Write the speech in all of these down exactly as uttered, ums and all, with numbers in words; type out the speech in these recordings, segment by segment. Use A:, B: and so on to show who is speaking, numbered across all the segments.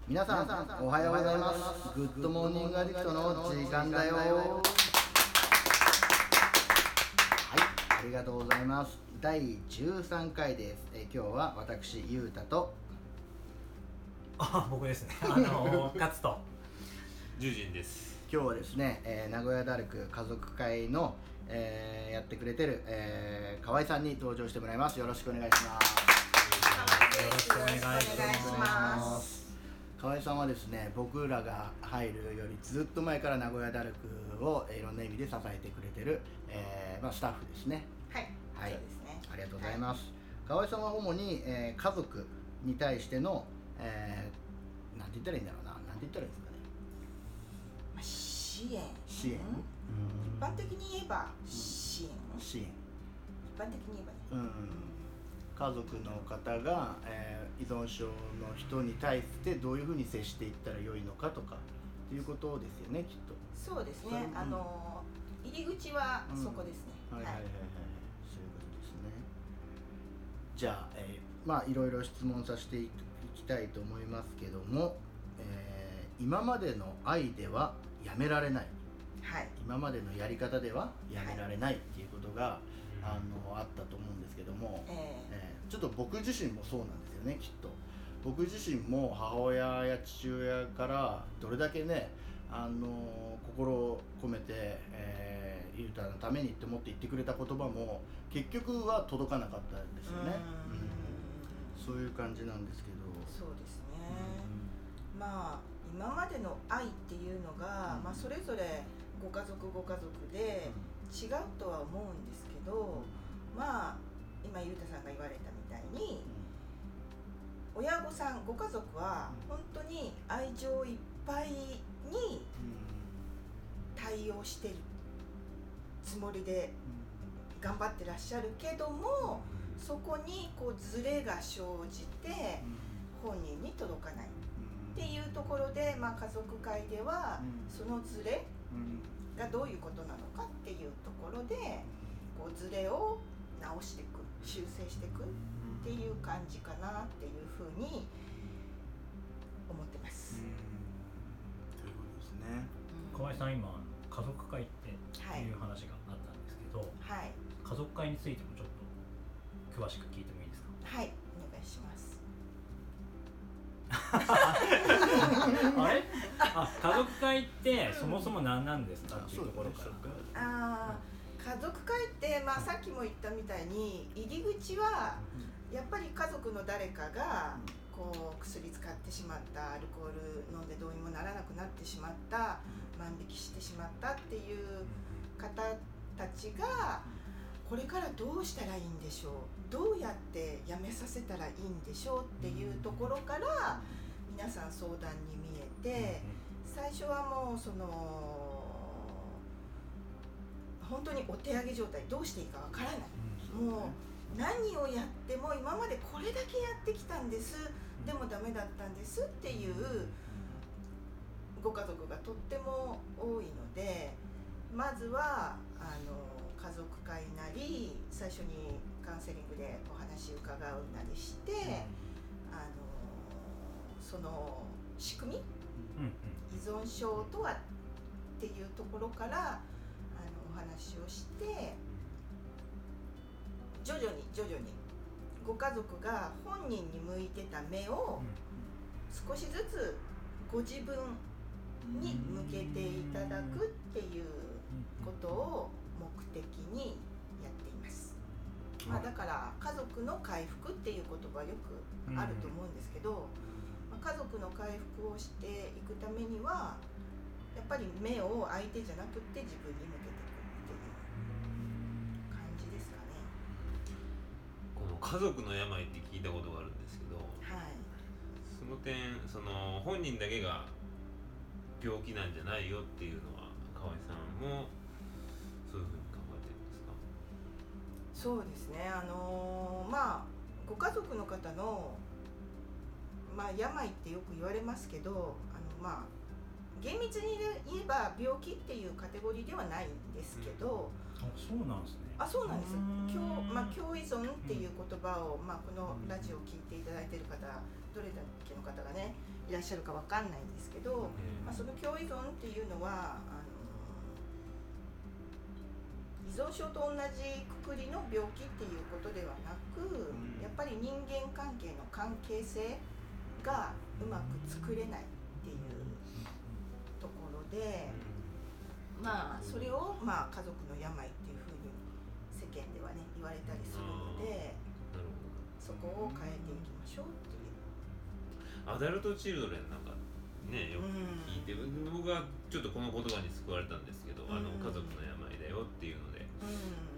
A: 皆さんおはようございます。グッドモーニングアディクトの時間だよ。はい、ありがとうございます。だいじゅうさんかいです。え今日は私ゆうたと
B: あ僕ですね。あの勝と
C: じゅうじんです。
A: 今日はですね、えー、名古屋ダルク家族会の、えー、やってくれてる、えー、河合さんに登場してもらいます。よろしくお願いします。
B: よろしくお願いします。
A: 河合さんはですね、僕らが入るよりずっと前から名古屋ダルクをいろんな意味で支えてくれてる、えーまあ、スタッフですね。
D: はい、
A: はい、
D: そうですね。
A: ありがとうございます。はい、河合さんは主に、えー、家族に対しての、えー、なんて言ったらいいんだろうな、なんて言ったらいいんですかね。
D: まあ、支援。
A: 支援。
D: うん、一般的に言えば支援。
A: 支援。
D: 一般的に言えばね。
A: うん。家族の方が、えー、依存症の人に対してどういうふうに接していったらよいのかとかっていうことですよね、きっと。
D: そうですね。あのー、入り口はそこですね。
A: うん、はいはいはいはい、そういうことですね。じゃあ、えー、まあいろいろ質問させていきたいと思いますけども、えー、今までの愛ではやめられない、
D: はい、
A: 今までのやり方ではやめられないっていうことが、はい、あのあったと思うんですけども、えーえー、ちょっと僕自身もそうなんですよね、きっと。僕自身も母親や父親からどれだけね、あの心を込めて、えー、ゆうたのためにって思って言ってくれた言葉も結局は届かなかったんですよね。うん、そういう感じなんですけど。
D: そうですね。まあ今までの愛っていうのが、うん、まあ、それぞれご家族ご家族で違うとは思うんですけど、うん、まあ今ゆうたさんが言われたみたいに、うん、親御さんご家族は本当に愛情いっぱいに対応してるつもりで頑張ってらっしゃるけども、そこにこうズレが生じて本人に届かないっていうところで、まあ、家族会ではそのズレがどういうことなのかっていうところでこうズレを直していく、修正していくっていう感じかなっていうふうに思ってます。
A: うん、ということですね。
B: 河合さん、今家族会っていう話があったんですけど、
D: はい、
B: 家族会についてもちょっと詳しく聞いてもいいですか？
D: はい、お願いします。
B: あれ？あ、家族会ってそもそも何なんですかっていうところから。
D: あー、家族会って、まあ、さっきも言ったみたいに入り口はやっぱり家族の誰かがこう薬使ってしまった、アルコール飲んでどうにもならなくなってしまった、万引きしてしまったっていう方たちがこれからどうしたらいいんでしょう、どうやってやめさせたらいいんでしょうっていうところから皆さん相談に見えて、最初はもうその本当にお手上げ状態、どうしていいかわからない、もう何をやっても今までこれだけやってきたんです、でもダメだったんですっていうご家族がとっても多いので、まずはあの家族会なり最初にカウンセリングでお話伺うなりして、あのその仕組み、依存症とはっていうところからあのお話をして、徐々に徐々にご家族が本人に向いてた目を少しずつご自分に向けていただくっていうことを目的にやっています。まあ、だから家族の回復っていう言葉よくあると思うんですけど、まあ、家族の回復をしていくためにはやっぱり目を相手じゃなくって自分に向けていくっていう感じですかね。
C: この家族の病って聞いたことがあるんですけど、はい、その点その本人だけが病気なんじゃないよっていうのは河合さんもそういうふうに考えてるんですか？
D: そうですね、あのー、まあご家族の方の、まあ、病ってよく言われますけど、あのまあ厳密に言えば病気っていうカテゴリーではないんですけど、
B: うん、あ、そうなんですね。
D: あ、そうなんです。共、まあ、共依存っていう言葉を、まあ、このラジオを聞いていただいている方、どれだけの方がねいらっしゃるかわかんないんですけど、まあ、その共依存っていうのはあの依存症と同じくくりの病気っていうことではなく、やっぱり人間関係の関係性がうまく作れないっていうところで、まあそれをまあ家族の病っていうふうに世間ではね言われたりするので、そこを変えていきましょうっていう。
C: アダルトチルドレンなんかねよく聞いて、うん、僕はちょっとこの言葉に救われたんですけど、うん、あの家族の病だよっていうので、うん、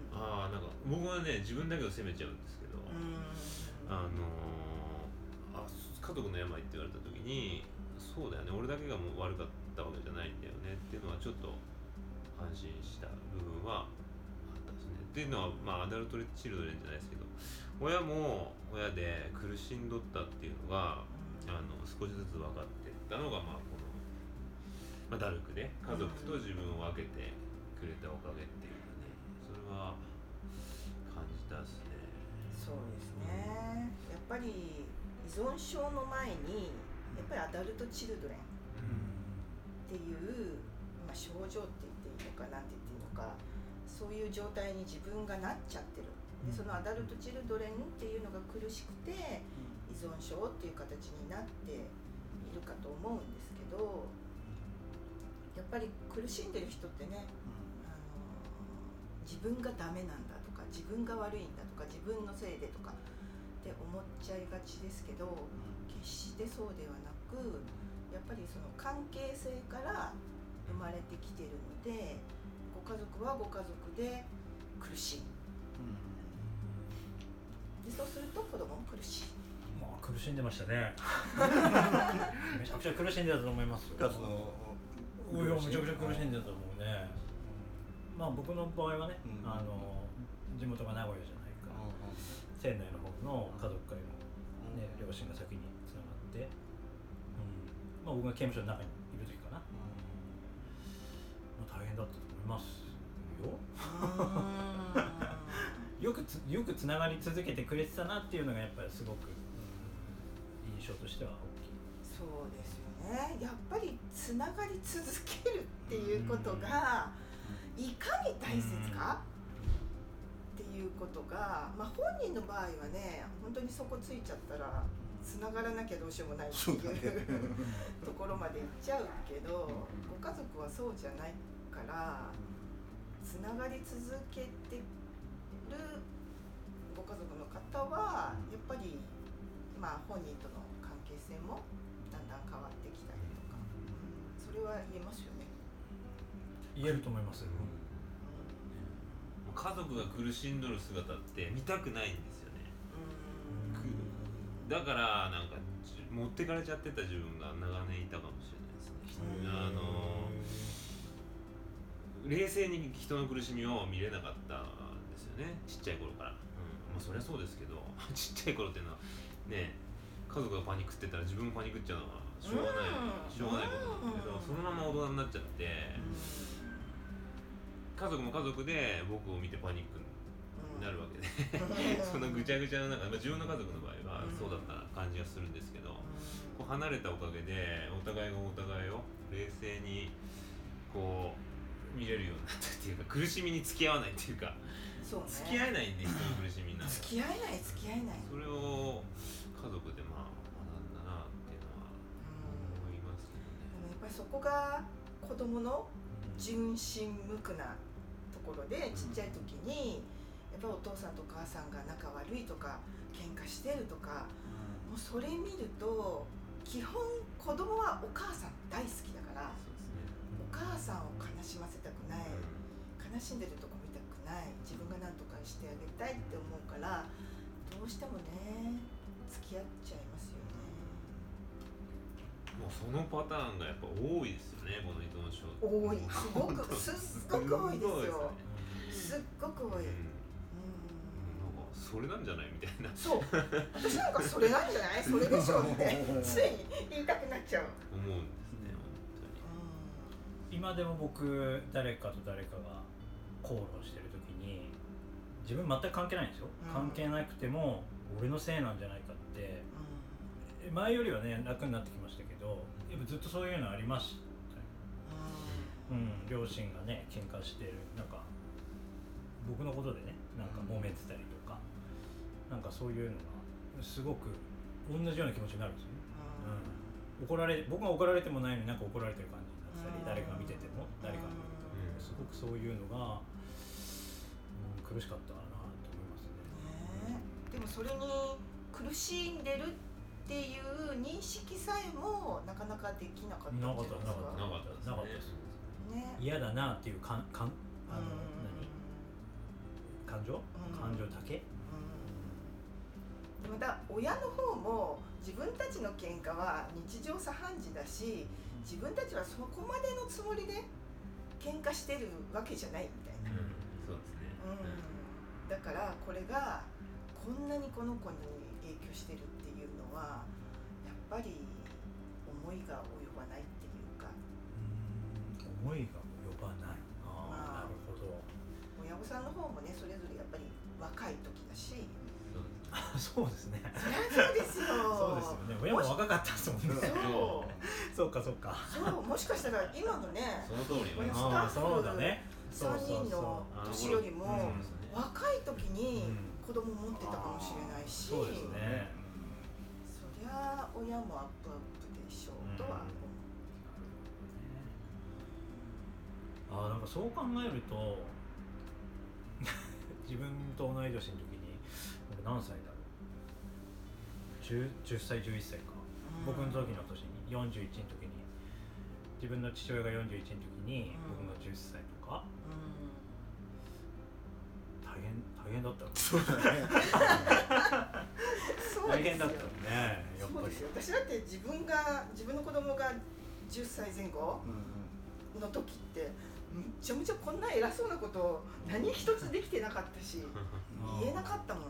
C: ああなんか僕はね自分だけを責めちゃうんですけど、うん、あのー、あ家族の病って言われた時にそうだよね俺だけがもう悪かったわけじゃないんだよねっていうのはちょっと安心した部分はあったんですね。っていうのはまあアダルトチルドレンじゃないですけど親も親で苦しんどったっていうのがあの少しずつ分かっていったのが、まあこのまあ、ダルクで家族と自分を分けてくれたおかげっていうかね、それは感じたですね。
D: そうですね。やっぱり依存症の前にやっぱりアダルトチルドレンっていう、まあ、症状って言っていいのかなんて言っていいのか、そういう状態に自分がなっちゃってる。でそのアダルトチルドレンっていうのが苦しくて依存症っていう形になっているかと思うんですけど、やっぱり苦しんでる人ってね、あの自分がダメなんだとか自分が悪いんだとか自分のせいでとかって思っちゃいがちですけど、決してそうではなく、やっぱりその関係性から生まれてきてるので、ご家族はご家族で苦しい、でそうすると子供も苦しい。
B: まあ苦しんでましたねめちゃくちゃ苦しんでたと思いますよ。
A: 活動
B: いやめちゃくちゃ苦しんでたと思うね、うん、まあ僕の場合はね、うん、あの地元が名古屋じゃないか、うん、仙台の方の家族会の、ね、両親が先につながって、うんまあ、僕が刑務所の中にいる時かな、うんまあ、大変だったと思いますよよくつよくつながり続けてくれてたなっていうのがやっぱりすごく、うん、印象としては大きい。
D: そうですよね。やっぱりつながり続けるっていうことがいかに大切かっていうことが、まあ、本人の場合はね本当にそこついちゃったらつながらなきゃどうしようもないっていうところまで行っちゃうけど、ご家族はそうじゃないからつながり続けてるご家族の方はやっぱり、まあ、本人との関係性もだんだん変わってきたりとか、うん、それは言えますよね。
B: 言えると思いますよ、うん、
C: 家族が苦しんどる姿って見たくないんですよね、うん、だからなんか持ってかれちゃってた自分が長年いたかもしれないですね。あの冷静に人の苦しみを見れなかったんですよね、ちっちゃい頃から、うんまあ、そりゃそうですけどちっちゃい頃っていうのはね家族がパニックってたら自分もパニックっちゃうのはしょうがない、しょうがないことなんだけど、そのまま大人になっちゃって、家族も家族で僕を見てパニックになるわけでそのぐちゃぐちゃの中、まあ、自分の家族の場合はそうだった感じがするんですけど、こう離れたおかげでお互いがお互いを冷静にこう見れるようになったっていうか、苦しみに付き合わないっていうか、
D: そうね、
C: 付き合えないんで人の苦しみなんか
D: 付き合えない付き合えない
C: それを家族でまあ学んだなっていうのは思いますけどね。
D: でもやっぱりそこが子供の純真無垢なところで、ちっちゃい時にやっぱりお父さんとお母さんが仲悪いとか喧嘩してるとか、もうそれ見ると基本子供はお母さん大好きだから、お母さんを悲しませたくない、悲しんでるとこ見たくない、自分が何とかしてあげたいって思うから、どうしてもね付き合っちゃいますよね。
C: もうそのパターンがやっぱ多いですよね、この依存症。
D: 多い、すごくすっごく多いですよ。すっごく多い。うん
C: それなんじゃないみたいな。
D: そう、私なんかそれなんじゃない、それでしょってつい言いたくなっちゃう。
C: 思うんですね、本当に。
B: 今でも僕誰かと誰かが口論してる時に自分全く関係ないんですよ、うん、関係なくても俺のせいなんじゃないかって、うん、前よりはね楽になってきましたけど、 ど、やっぱずっとそういうのありましたよ、うん、両親がね喧嘩してる、なんか僕のことでねなんか揉めてたりとか、なんかそういうのがすごく同じような気持ちになるんですよね、うん、怒られ僕が怒られてもないのになんか怒られてる感じになったり、誰かが見てても誰かが見ててもすごくそういうのが、うん、苦しかったなと思いますね。
D: ねでもそれに苦しんでるっていう認識さえもなかなかできなかったんじゃないですか。
B: なかったなかったなかったですね。嫌だなっていうかんかんあの何感情、感情だけ。
D: でまた親の方も自分たちの喧嘩は日常茶飯事だし、自分たちはそこまでのつもりで喧嘩してるわけじゃないみたいな、
C: うん、そうですね、
D: うん、だからこれがこんなにこの子に影響してるっていうのはやっぱり思いが及ばないっていうか、
B: うーん思いが及ばない。ああ、なるほど。
D: 親御さんの方もねそれぞれやっぱり若い時だし、
B: そうですね。
D: そうですよ。
B: そうですよね。親も若かったですもんね。そう。そうかそうか。
D: そうもしかしたら今のね、
C: その通り。
D: スタッフ
B: そうだね。
D: さんにんの年よりも若い時に子供持ってたかもしれないし、
B: そうですね。
D: そりゃ親もアップアップでしょうとは思う。
B: ああ、なんかそう考えると自分と同い年の時に何歳だろう、 10, 10歳じゅういっさいか、うん、僕の時の年によんじゅういちの時に自分の父親がよんじゅういちの時に、うん、僕がじゅっさいとか、うん、大変大変だった
A: そうだね
B: 大変だったね、やっぱり。
D: そうですよ。私だって自分が自分の子供がじゅっさいぜん後の時ってめちゃめちゃこんな偉そうなことを何一つできてなかったし言えなかったもん。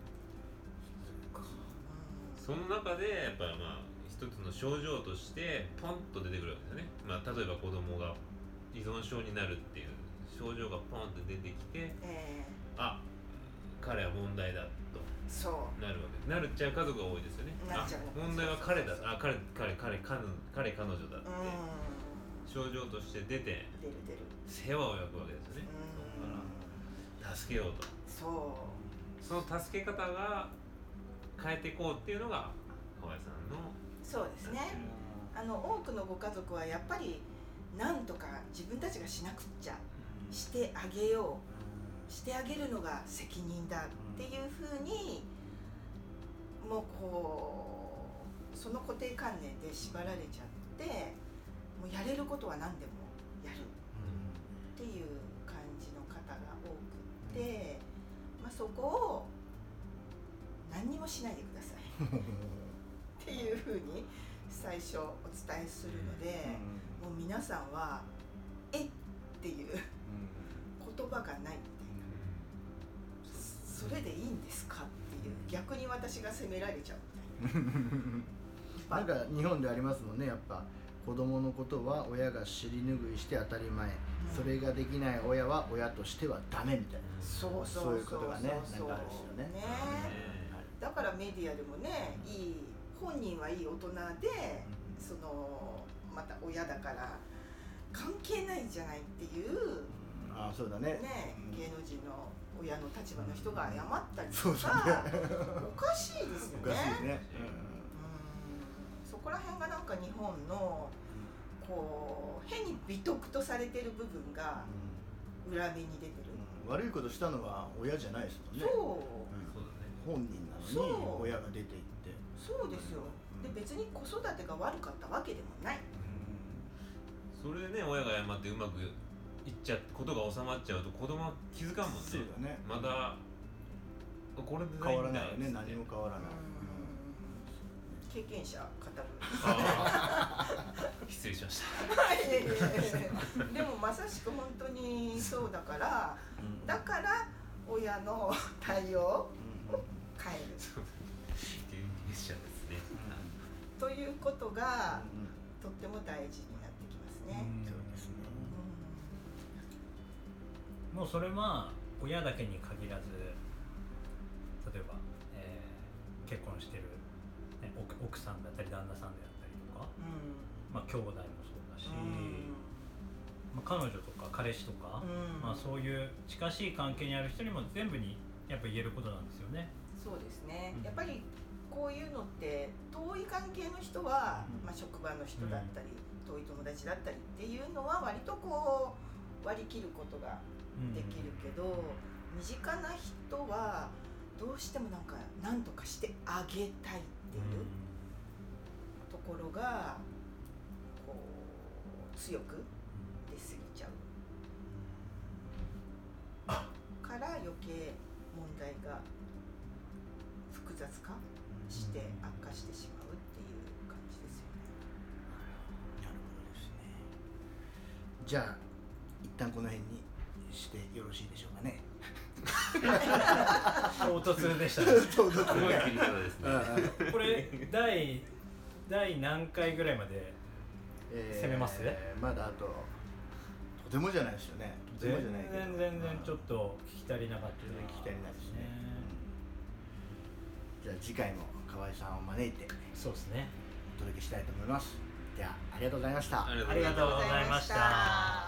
C: その中でやっぱりまあ一つの症状としてポンと出てくるわけですよね。まあ、例えば子供が依存症になるっていう症状がポンと出てきて、えー、あ、彼は問題だとなるわけです。なるっちゃう家族が多いですよね。あ、問題は彼だ、あ、彼彼彼彼彼彼女だって症状として出て
D: 出る出る
C: 世話を焼くわけですよね。だから助けようと。そうその助け方が変えていこうっていうのが河合さんの。
D: そうですね。あの多くのご家族はやっぱりなんとか自分たちがしなくっちゃ、してあげよう、してあげるのが責任だっていうふうにもうこうその固定観念で縛られちゃって、もうやれることは何でもやるっていう感じの方が多くて、まあ、そこを何にもしないでくださいっていうふうに最初お伝えするので、もう皆さんはえっていう言葉がないっていう、それでいいんですかっていう、逆に私が責められちゃうみたいな
A: なんか日本でありますもんね、やっぱ子供のことは親が尻拭いして当たり前、うん、それができない親は親としてはダメみたいな、
D: そうそうそう
A: そういうことがね、なんかあるんですよね。
D: ね、だからメディアでもね、いい本人はいい大人で、うん、そのまた親だから関係ないじゃないっていう、うん、
A: ああそうだね、
D: ね、芸能人の親の立場の人が謝ったりとか、うん、おかしいですよね。
A: おかしいね、
D: うん、そこら辺がなんか日本のこう変に美徳とされてる部分が裏目に出てる、
A: うん、悪いことしたのは親じゃないですもんね。
D: そう、
A: うん、本人なのに親が出ていって、
D: そうですよ、で別に子育てが悪かったわけでもない、
C: うん、それでね親が謝ってうまくいっちゃうことが収まっちゃうと子供は気づかんもんね。
A: そうだね、
C: まだこれで
A: 変わらないよね、何も変わらない、
D: 経験者語る
C: 失礼しました
D: でもまさしく本当にそうだから、うん、だから親の対応を変える、
C: そう経験者ですね、
D: うん、ということが、うん、とっても大事になってきますね、うん、そうですね、
B: うん、もうそれは親だけに限らず、例えば、えー、結婚してる奥さんだったり旦那さんであったりとか、うん、まあ兄弟もそうだし、うんまあ、彼女とか彼氏とか、うんまあ、そういう近しい関係にある人にも全部にやっぱ言えることなんですよね。
D: そうですね、うん、やっぱりこういうのって遠い関係の人は、うんまあ、職場の人だったり、うん、遠い友達だったりっていうのは割とこう割り切ることができるけど、うん、身近な人はどうしてもなんか何とかしてあげたいっていうところがこう強く出過ぎちゃうから余計問題が複雑化して悪化してしまうっていう感じですよね。
A: なるほどですね。じゃあ一旦この辺にしてよろしいでしょうかね。
B: 唐突でしたね。
C: 唐突すごい切り方ですね。
B: これ第第何回ぐらいまで攻めます？
A: えー、まだあととてもじゃないですよね。
B: 全然全然ちょっと聞き足りなかった。
A: 全然聞き足りないですね。じゃあ次回も河合さんを招いて
B: そうですね
A: お届けしたいと思います。ではありがとうございました。
B: ありがとうございました。